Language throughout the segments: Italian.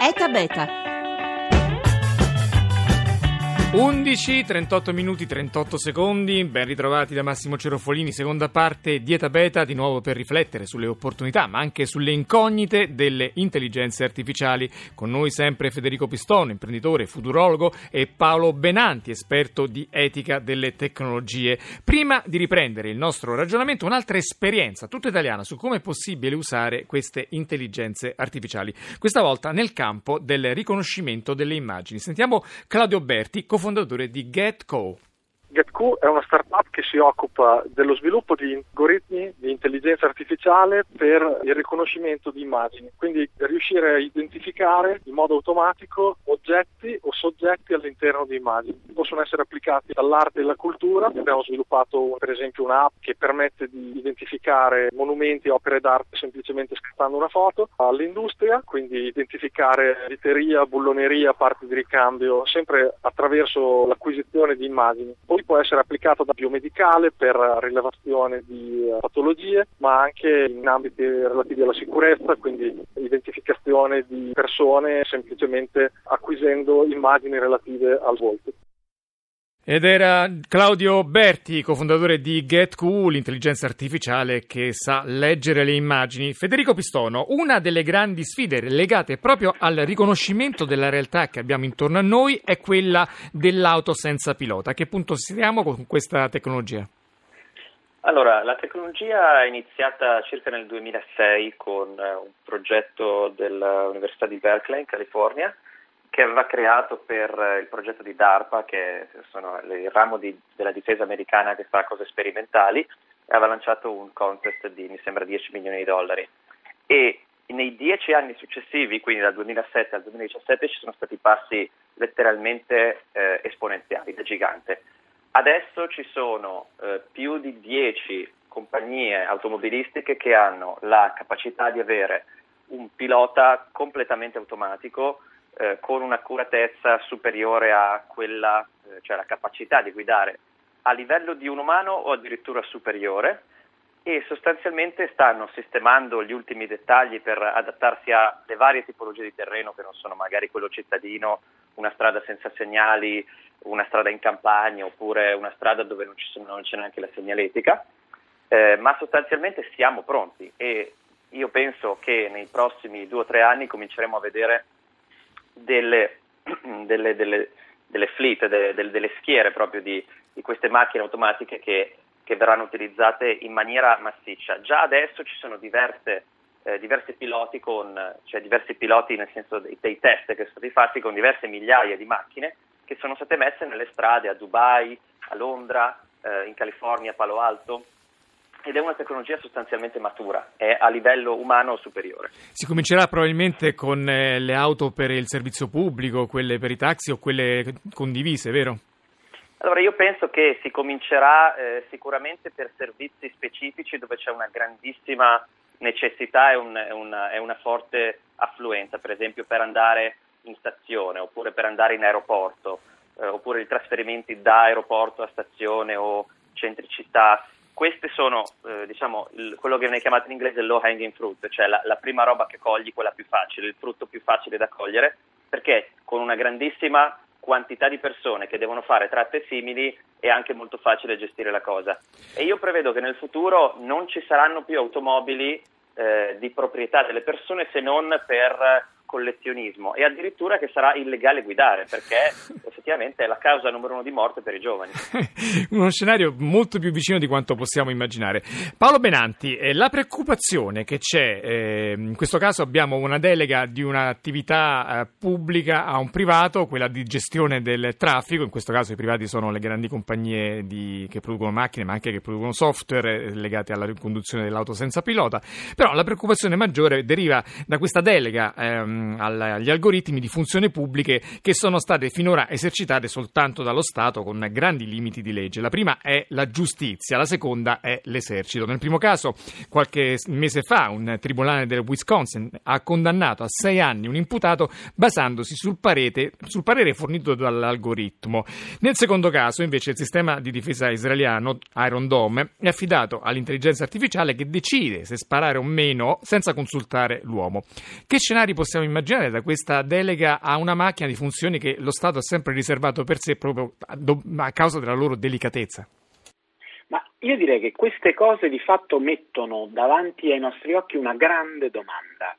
ETA Beta. 11, 38 minuti, 38 secondi, ben ritrovati da Massimo Cerofolini, seconda parte di ETA Beta, di nuovo per riflettere sulle opportunità ma anche sulle incognite delle intelligenze artificiali. Con noi sempre Federico Pistono, imprenditore, futurologo, e Paolo Benanti, esperto di etica delle tecnologie. Prima di riprendere il nostro ragionamento, un'altra esperienza tutta italiana su come è possibile usare queste intelligenze artificiali, questa volta nel campo del riconoscimento delle immagini. Sentiamo Claudio Berti, cofondatore di GetCo. GetCo è una startup che si occupa dello sviluppo di algoritmi di intelligenza artificiale per il riconoscimento di immagini, quindi riuscire a identificare in modo automatico oggetti o soggetti all'interno di immagini. Possono essere applicati dall'arte e alla cultura. Abbiamo sviluppato per esempio un'app che permette di identificare monumenti, opere d'arte semplicemente scattando una foto, all'industria, quindi identificare literia, bulloneria, parti di ricambio, sempre attraverso l'acquisizione di immagini. Poi può essere applicato da biomedicale per rilevazione di patologie, ma anche in ambiti relativi alla sicurezza, quindi identificazione di persone semplicemente acquisendo immagini relative al volto. Ed era Claudio Berti, cofondatore di GetCo, l'intelligenza artificiale che sa leggere le immagini. Federico Pistono, una delle grandi sfide legate proprio al riconoscimento della realtà che abbiamo intorno a noi è quella dell'auto senza pilota. A che punto siamo con questa tecnologia? Allora, la tecnologia è iniziata circa nel 2006 con un progetto dell'Università di Berkeley in California, che aveva creato per il progetto di DARPA, che sono il ramo della difesa americana che fa cose sperimentali, e aveva lanciato un contest di, mi sembra, $10 milioni. E nei 10 anni successivi, quindi dal 2007 al 2017, ci sono stati passi letteralmente esponenziali, da gigante. Adesso ci sono più di 10 compagnie automobilistiche che hanno la capacità di avere un pilota completamente automatico, con un'accuratezza superiore a quella, cioè la capacità di guidare a livello di un umano o addirittura superiore, e sostanzialmente stanno sistemando gli ultimi dettagli per adattarsi alle varie tipologie di terreno che non sono magari quello cittadino, una strada senza segnali, una strada in campagna oppure una strada dove non c'è neanche la segnaletica, ma sostanzialmente siamo pronti, e io penso che nei prossimi 2 o 3 anni cominceremo a vedere delle fleet, delle schiere proprio di queste macchine automatiche che verranno utilizzate in maniera massiccia. Già adesso ci sono diversi piloti diversi piloti nel senso dei test che sono stati fatti con diverse migliaia di macchine che sono state messe nelle strade a Dubai, a Londra, in California, a Palo Alto. Ed è una tecnologia sostanzialmente matura, è a livello umano superiore. Si comincerà probabilmente con le auto per il servizio pubblico, quelle per i taxi o quelle condivise, vero? Allora io penso che si comincerà sicuramente per servizi specifici dove c'è una grandissima necessità e una forte affluenza, per esempio per andare in stazione oppure per andare in aeroporto, oppure i trasferimenti da aeroporto a stazione o centri città. Queste sono, quello che viene chiamato in inglese low hanging fruit, cioè la prima roba che cogli, quella più facile, il frutto più facile da cogliere, perché con una grandissima quantità di persone che devono fare tratte simili è anche molto facile gestire la cosa. E io prevedo che nel futuro non ci saranno più automobili di proprietà delle persone se non per collezionismo, e addirittura che sarà illegale guidare, perché effettivamente è la causa numero 1 di morte per i giovani. Uno scenario molto più vicino di quanto possiamo immaginare. Paolo Benanti, la preoccupazione che c'è, in questo caso abbiamo una delega di un'attività pubblica a un privato, quella di gestione del traffico. In questo caso i privati sono le grandi compagnie che producono macchine ma anche che producono software legati alla riconduzione dell'auto senza pilota. Però la preoccupazione maggiore deriva da questa delega agli algoritmi di funzioni pubbliche che sono state finora esercitate soltanto dallo Stato con grandi limiti di legge. La prima è la giustizia, la seconda è l'esercito. Nel primo caso, qualche mese fa, un tribunale del Wisconsin ha condannato a 6 anni un imputato basandosi sul parere fornito dall'algoritmo. Nel secondo caso, invece, il sistema di difesa israeliano Iron Dome è affidato all'intelligenza artificiale che decide se sparare o meno senza consultare l'uomo. Che scenari possiamo immaginare da questa delega a una macchina di funzioni che lo Stato ha sempre riservato per sé proprio a causa della loro delicatezza? Ma io direi che queste cose di fatto mettono davanti ai nostri occhi una grande domanda.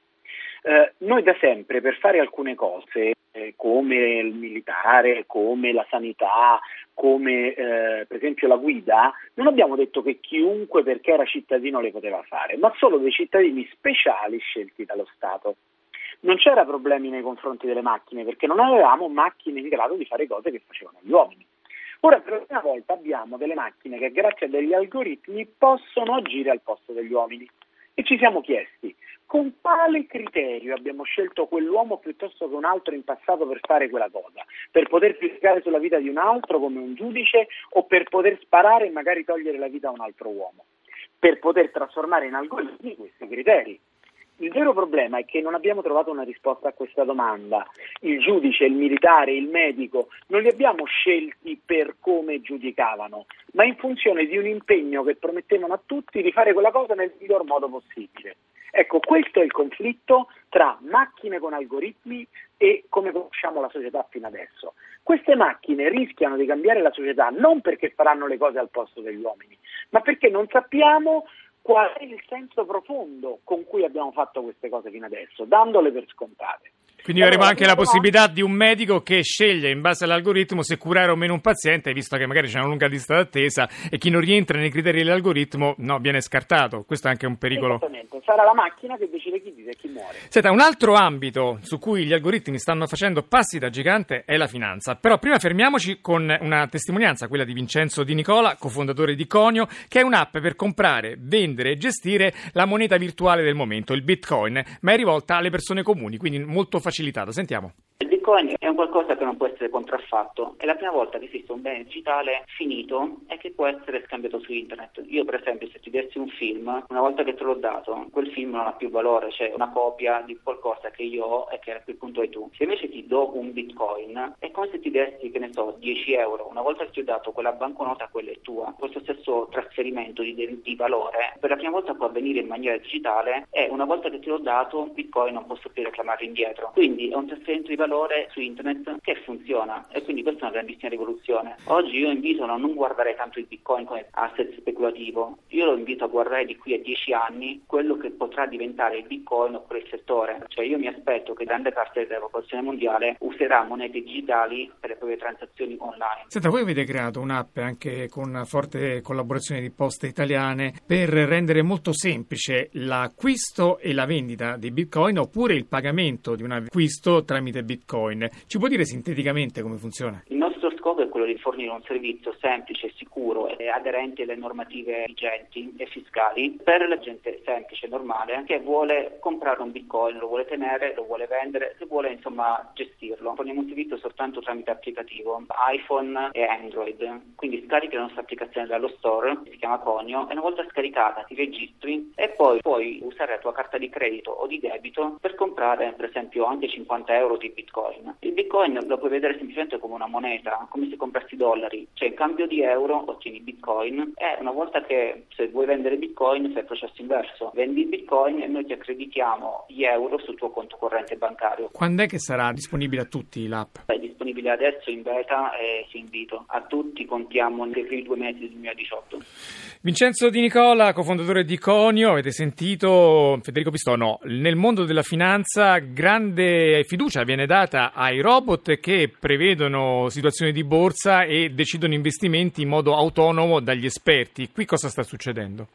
Noi da sempre per fare alcune cose, come il militare, come la sanità, come per esempio la guida, non abbiamo detto che chiunque perché era cittadino le poteva fare, ma solo dei cittadini speciali scelti dallo Stato. Non c'era problemi nei confronti delle macchine perché non avevamo macchine in grado di fare cose che facevano gli uomini. Ora per la prima volta abbiamo delle macchine che grazie a degli algoritmi possono agire al posto degli uomini e ci siamo chiesti con quale criterio abbiamo scelto quell'uomo piuttosto che un altro in passato per fare quella cosa, per poter giudicare sulla vita di un altro come un giudice o per poter sparare e magari togliere la vita a un altro uomo, per poter trasformare in algoritmi questi criteri. Il vero problema è che non abbiamo trovato una risposta a questa domanda. Il giudice, il militare, il medico non li abbiamo scelti per come giudicavano, ma in funzione di un impegno che promettevano a tutti di fare quella cosa nel miglior modo possibile. Ecco, questo è il conflitto tra macchine con algoritmi e come conosciamo la società fino adesso. Queste macchine rischiano di cambiare la società non perché faranno le cose al posto degli uomini, ma perché non sappiamo qual è il senso profondo con cui abbiamo fatto queste cose fino adesso, dandole per scontate. Quindi avremo anche la possibilità di un medico che sceglie in base all'algoritmo se curare o meno un paziente, visto che magari c'è una lunga lista d'attesa e chi non rientra nei criteri dell'algoritmo viene scartato. Questo è anche un pericolo. Esattamente, sarà la macchina che decide chi vive e chi muore. Senta, un altro ambito su cui gli algoritmi stanno facendo passi da gigante è la finanza. Però prima fermiamoci con una testimonianza, quella di Vincenzo Di Nicola, cofondatore di Conio, che è un'app per comprare, vendere e gestire la moneta virtuale del momento, il Bitcoin, ma è rivolta alle persone comuni, quindi molto facilitato. Sentiamo. Il Bitcoin è un qualcosa che non può essere contraffatto. È la prima volta che esiste un bene digitale finito e che può essere scambiato su internet. Io per esempio se ti dessi un film, una volta che te l'ho dato, quel film non ha più valore, cioè una copia di qualcosa che io ho e che a quel punto hai tu. Se invece ti do un Bitcoin, è come se ti dessi, che ne so, 10 euro. Una volta che ti ho dato quella banconota, quella è tua. Questo stesso trasferimento di valore per la prima volta può avvenire in maniera digitale e una volta che te l'ho dato, Bitcoin non posso più reclamarlo indietro. Quindi è un trasferimento di valore su internet che funziona e quindi questa è una grandissima rivoluzione. Oggi io invito a non guardare tanto il Bitcoin come asset speculativo, io lo invito a guardare di qui a 10 anni quello che potrà diventare il Bitcoin oppure il settore, cioè io mi aspetto che grande parte della popolazione mondiale userà monete digitali per le proprie transazioni online. Senta, voi avete creato un'app anche con una forte collaborazione di Poste Italiane per rendere molto semplice l'acquisto e la vendita di Bitcoin oppure il pagamento di un acquisto tramite Bitcoin. Ci può dire sinteticamente come funziona? Il nostro scopo è quello di fornire un servizio semplice, sicuro e aderente alle normative vigenti e fiscali per la gente semplice, normale, che vuole comprare un Bitcoin, lo vuole tenere, lo vuole vendere, se vuole insomma gestirlo. Forniamo un servizio soltanto tramite applicativo iPhone e Android, quindi scarichi la nostra applicazione dallo store, si chiama Conio, e una volta scaricata ti registri e poi puoi usare la tua carta di credito o di debito per comprare per esempio anche 50 euro di Bitcoin. Il Bitcoin lo puoi vedere semplicemente come una moneta, come se comprassi dollari, cioè in cambio di euro ottieni Bitcoin e una volta che se vuoi vendere Bitcoin fai il processo inverso, vendi il Bitcoin e noi ti accreditiamo gli euro sul tuo conto corrente bancario. Quando è che sarà disponibile a tutti l'app? È disponibile adesso in beta e ti invito a tutti, contiamo nei primi 2 mesi del 2018. Vincenzo Di Nicola, cofondatore di Conio, avete sentito Federico Pistono, nel mondo della finanza grande fiducia viene data ai robot che prevedono situazioni di borsa e decidono investimenti in modo autonomo dagli esperti. Qui cosa sta succedendo?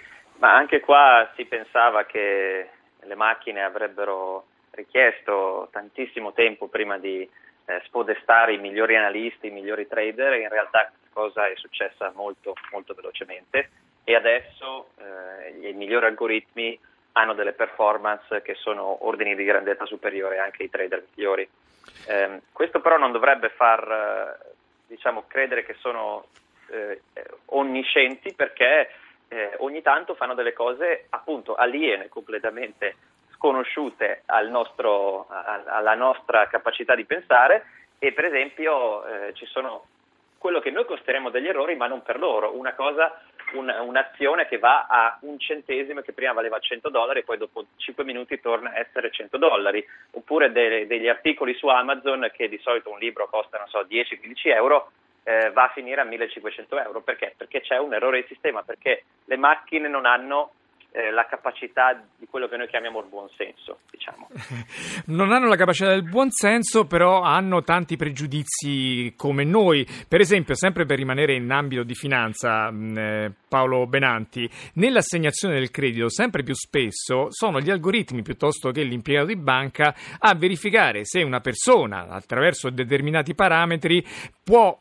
Ma anche qua si pensava che le macchine avrebbero richiesto tantissimo tempo prima di spodestare i migliori analisti, i migliori trader, e in realtà cosa è successa molto, molto velocemente e adesso i migliori algoritmi hanno delle performance che sono ordini di grandezza superiore anche ai trader migliori. Questo però non dovrebbe far credere che sono onniscienti, perché ogni tanto fanno delle cose appunto aliene, completamente sconosciute alla nostra capacità di pensare, e per esempio ci sono quello che noi consideriamo degli errori, ma non per loro. Un'azione che va a $1 centesimo che prima valeva $100 e poi dopo 5 minuti torna a essere $100, oppure degli articoli su Amazon che di solito un libro costa, 10-15 euro, va a finire a 1.500 euro. Perché? Perché c'è un errore di sistema, perché le macchine non hanno la capacità di quello che noi chiamiamo il buon senso, diciamo. Non hanno la capacità del buon senso, però hanno tanti pregiudizi come noi. Per esempio, sempre per rimanere in ambito di finanza, Paolo Benanti, nell'assegnazione del credito sempre più spesso sono gli algoritmi piuttosto che l'impiegato di banca a verificare se una persona attraverso determinati parametri può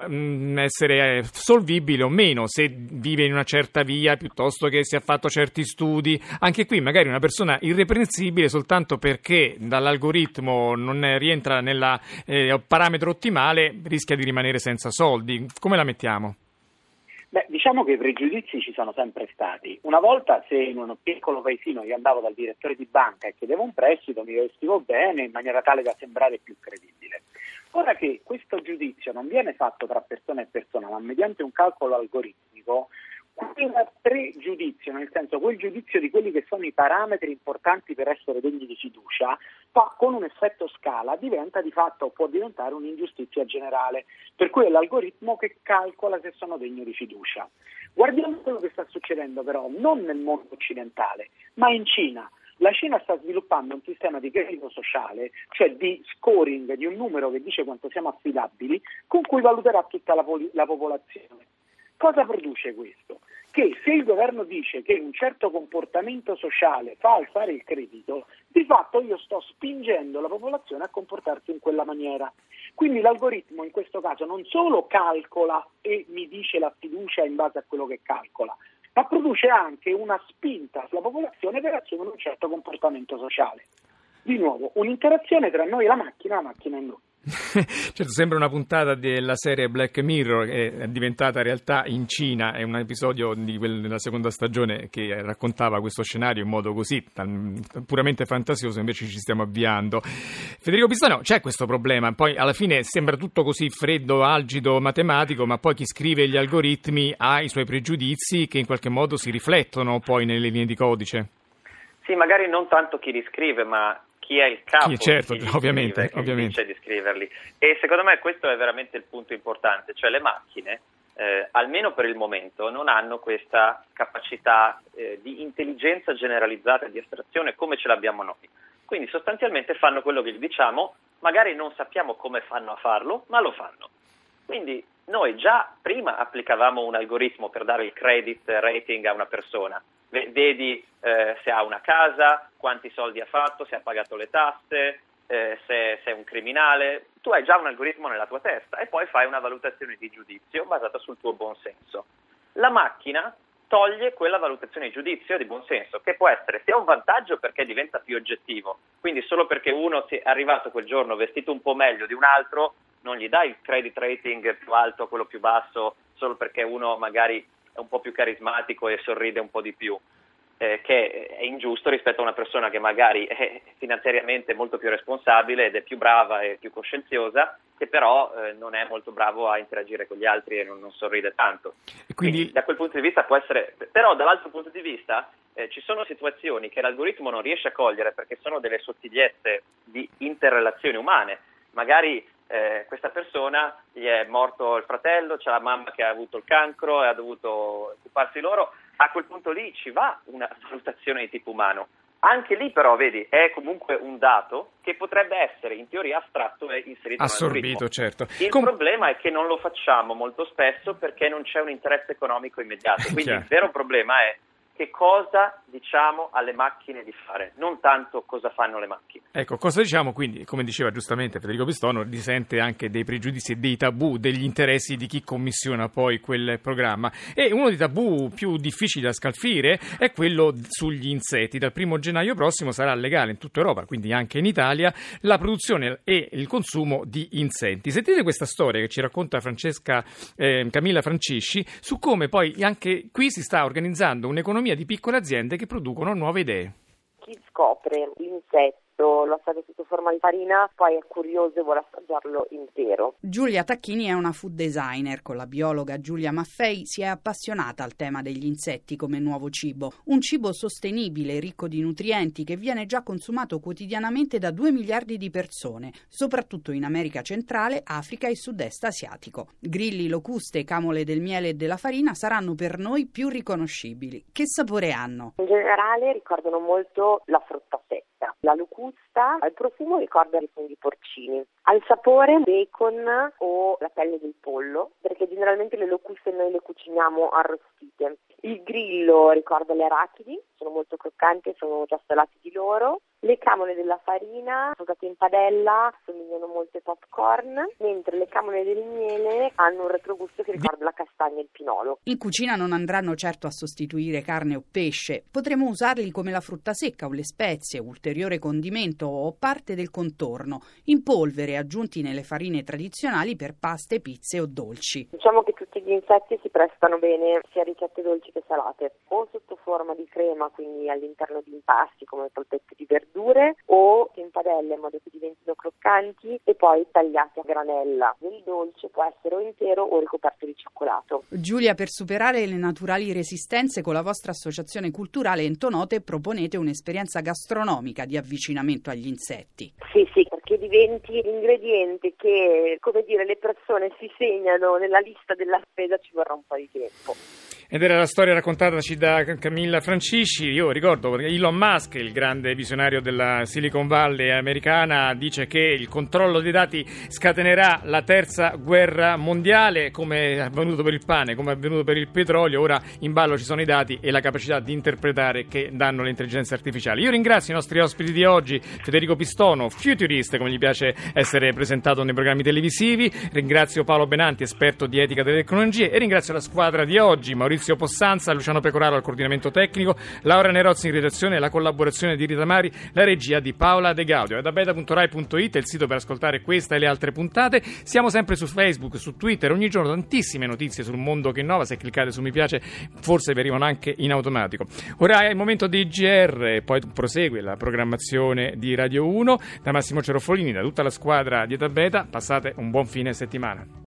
essere solvibile o meno, se vive in una certa via piuttosto che se ha fatto certi studi. Anche qui magari una persona irreprensibile soltanto perché dall'algoritmo non rientra nel parametro ottimale rischia di rimanere senza soldi. Come la mettiamo? Beh, diciamo che i pregiudizi ci sono sempre stati. Una volta, se in un piccolo paesino io andavo dal direttore di banca e chiedevo un prestito, mi vestivo bene in maniera tale da sembrare più credibile. Ora che questo giudizio non viene fatto tra persona e persona, ma mediante un calcolo algoritmico, quel pregiudizio, nel senso quel giudizio di quelli che sono i parametri importanti per essere degni di fiducia, con un effetto scala diventa di fatto o può diventare un'ingiustizia generale, per cui è l'algoritmo che calcola se sono degno di fiducia. Guardiamo quello che sta succedendo però non nel mondo occidentale, ma in Cina. La Cina sta sviluppando un sistema di credito sociale, cioè di scoring di un numero che dice quanto siamo affidabili, con cui valuterà tutta la popolazione. Cosa produce questo? Che se il governo dice che un certo comportamento sociale fa alzare il credito, di fatto io sto spingendo la popolazione a comportarsi in quella maniera. Quindi l'algoritmo in questo caso non solo calcola e mi dice la fiducia in base a quello che calcola, ma produce anche una spinta sulla popolazione per assumere un certo comportamento sociale. Di nuovo, un'interazione tra noi e la macchina e noi. Certo, sembra una puntata della serie Black Mirror che è diventata realtà in Cina, è un episodio della seconda stagione che raccontava questo scenario in modo così puramente fantasioso, invece ci stiamo avviando. Federico Pistorio, c'è questo problema, poi alla fine sembra tutto così freddo, algido, matematico, ma poi chi scrive gli algoritmi ha i suoi pregiudizi che in qualche modo si riflettono poi nelle linee di codice. Sì, magari non tanto chi li scrive, ma chi è il capo, certo, chi ovviamente. dice di scriverli. E secondo me questo è veramente il punto importante, cioè le macchine, almeno per il momento, non hanno questa capacità di intelligenza generalizzata e di astrazione come ce l'abbiamo noi. Quindi sostanzialmente fanno quello che gli diciamo, magari non sappiamo come fanno a farlo, ma lo fanno. Quindi noi già prima applicavamo un algoritmo per dare il credit rating a una persona. Vedi se ha una casa, quanti soldi ha fatto, se ha pagato le tasse, se è un criminale. Tu hai già un algoritmo nella tua testa e poi fai una valutazione di giudizio basata sul tuo buon senso. La macchina toglie quella valutazione di giudizio di buon senso, che può essere sia un vantaggio perché diventa più oggettivo, quindi solo perché uno è arrivato quel giorno vestito un po' meglio di un altro non gli dai il credit rating più alto a quello più basso solo perché uno magari è un po' più carismatico e sorride un po' di più, che è ingiusto rispetto a una persona che magari è finanziariamente molto più responsabile ed è più brava e più coscienziosa, che però non è molto bravo a interagire con gli altri e non sorride tanto. Quindi da quel punto di vista può essere, però dall'altro punto di vista ci sono situazioni che l'algoritmo non riesce a cogliere perché sono delle sottigliezze di interrelazioni umane. Magari questa persona gli è morto il fratello, c'è la mamma che ha avuto il cancro e ha dovuto occuparsi loro, a quel punto lì ci va una valutazione di tipo umano. Anche lì però, vedi, è comunque un dato che potrebbe essere in teoria astratto e inserito assorbito, certo. Il problema è che non lo facciamo molto spesso perché non c'è un interesse economico immediato, quindi il vero problema è che cosa diciamo alle macchine di fare, non tanto cosa fanno le macchine. Ecco, cosa diciamo quindi, come diceva giustamente Federico Pistorio, risente anche dei pregiudizi e dei tabù, degli interessi di chi commissiona poi quel programma. E uno dei tabù più difficili da scalfire è quello sugli insetti. Dal 1 gennaio prossimo sarà legale in tutta Europa, quindi anche in Italia, la produzione e il consumo di insetti. Sentite questa storia che ci racconta Camilla Francisci su come poi anche qui si sta organizzando un'economia di piccole aziende che producono nuove idee. Chi scopre l'insetto lo assaggia sotto forma di farina, poi è curioso e vuole assaggiarlo intero. Giulia Tacchini è una food designer. Con la biologa Giulia Maffei si è appassionata al tema degli insetti come nuovo cibo. Un cibo sostenibile, ricco di nutrienti, che viene già consumato quotidianamente da 2 miliardi di persone, soprattutto in America centrale, Africa e sud-est asiatico. Grilli, locuste, camole del miele e della farina saranno per noi più riconoscibili. Che sapore hanno? In generale ricordano molto la frutta secca. La locusta al profumo ricorda i funghi porcini, al sapore bacon o la pelle del pollo, perché generalmente le locuste noi le cuciniamo arrostite. Il grillo ricorda le arachidi, sono molto croccanti e sono già salati di loro. Le camole della farina, fruttate in padella, somigliano molto ai popcorn, mentre le camole del miele hanno un retrogusto che ricorda la castagna e il pinolo. In cucina non andranno certo a sostituire carne o pesce. Potremo usarli come la frutta secca o le spezie, ulteriore condimento o parte del contorno, in polvere aggiunti nelle farine tradizionali per paste, pizze o dolci. Diciamo che tutti gli insetti si prestano bene sia a ricette dolci che salate, o sotto forma di crema, quindi all'interno di impasti come polpette di verdure, o in padella in modo che diventino croccanti e poi tagliati a granella. Il dolce può essere o intero o ricoperto di cioccolato. Giulia, per superare le naturali resistenze, con la vostra associazione culturale Entonote proponete un'esperienza gastronomica di avvicinamento agli insetti. Sì, perché diventi l'ingrediente che, come dire, le persone si segnano nella lista della spesa, ci vorrà un po' di tempo. Ed era la storia raccontataci da Camilla Francisci. Io ricordo che Elon Musk, il grande visionario della Silicon Valley americana, dice che il controllo dei dati scatenerà la terza guerra mondiale, come è avvenuto per il pane, come è avvenuto per il petrolio. Ora in ballo ci sono i dati e la capacità di interpretare che danno le intelligenze artificiali. Io ringrazio i nostri ospiti di oggi, Federico Pistono, futurist, come gli piace essere presentato nei programmi televisivi, ringrazio Paolo Benanti, esperto di etica delle tecnologie, e ringrazio la squadra di oggi, Maurizio Possanza, Luciano Pecoraro al coordinamento tecnico, Laura Nerozzi in redazione, la collaborazione di Rita Mari, la regia di Paola De Gaudio. È da beta.rai.it il sito per ascoltare questa e le altre puntate. Siamo sempre su Facebook, su Twitter, ogni giorno tantissime notizie sul mondo che innova. Se cliccate su mi piace forse vi arrivano anche in automatico. Ora è il momento di GR, poi prosegue la programmazione di Radio 1. Da Massimo Cerofolini, da tutta la squadra di Eta Beta, passate un buon fine settimana.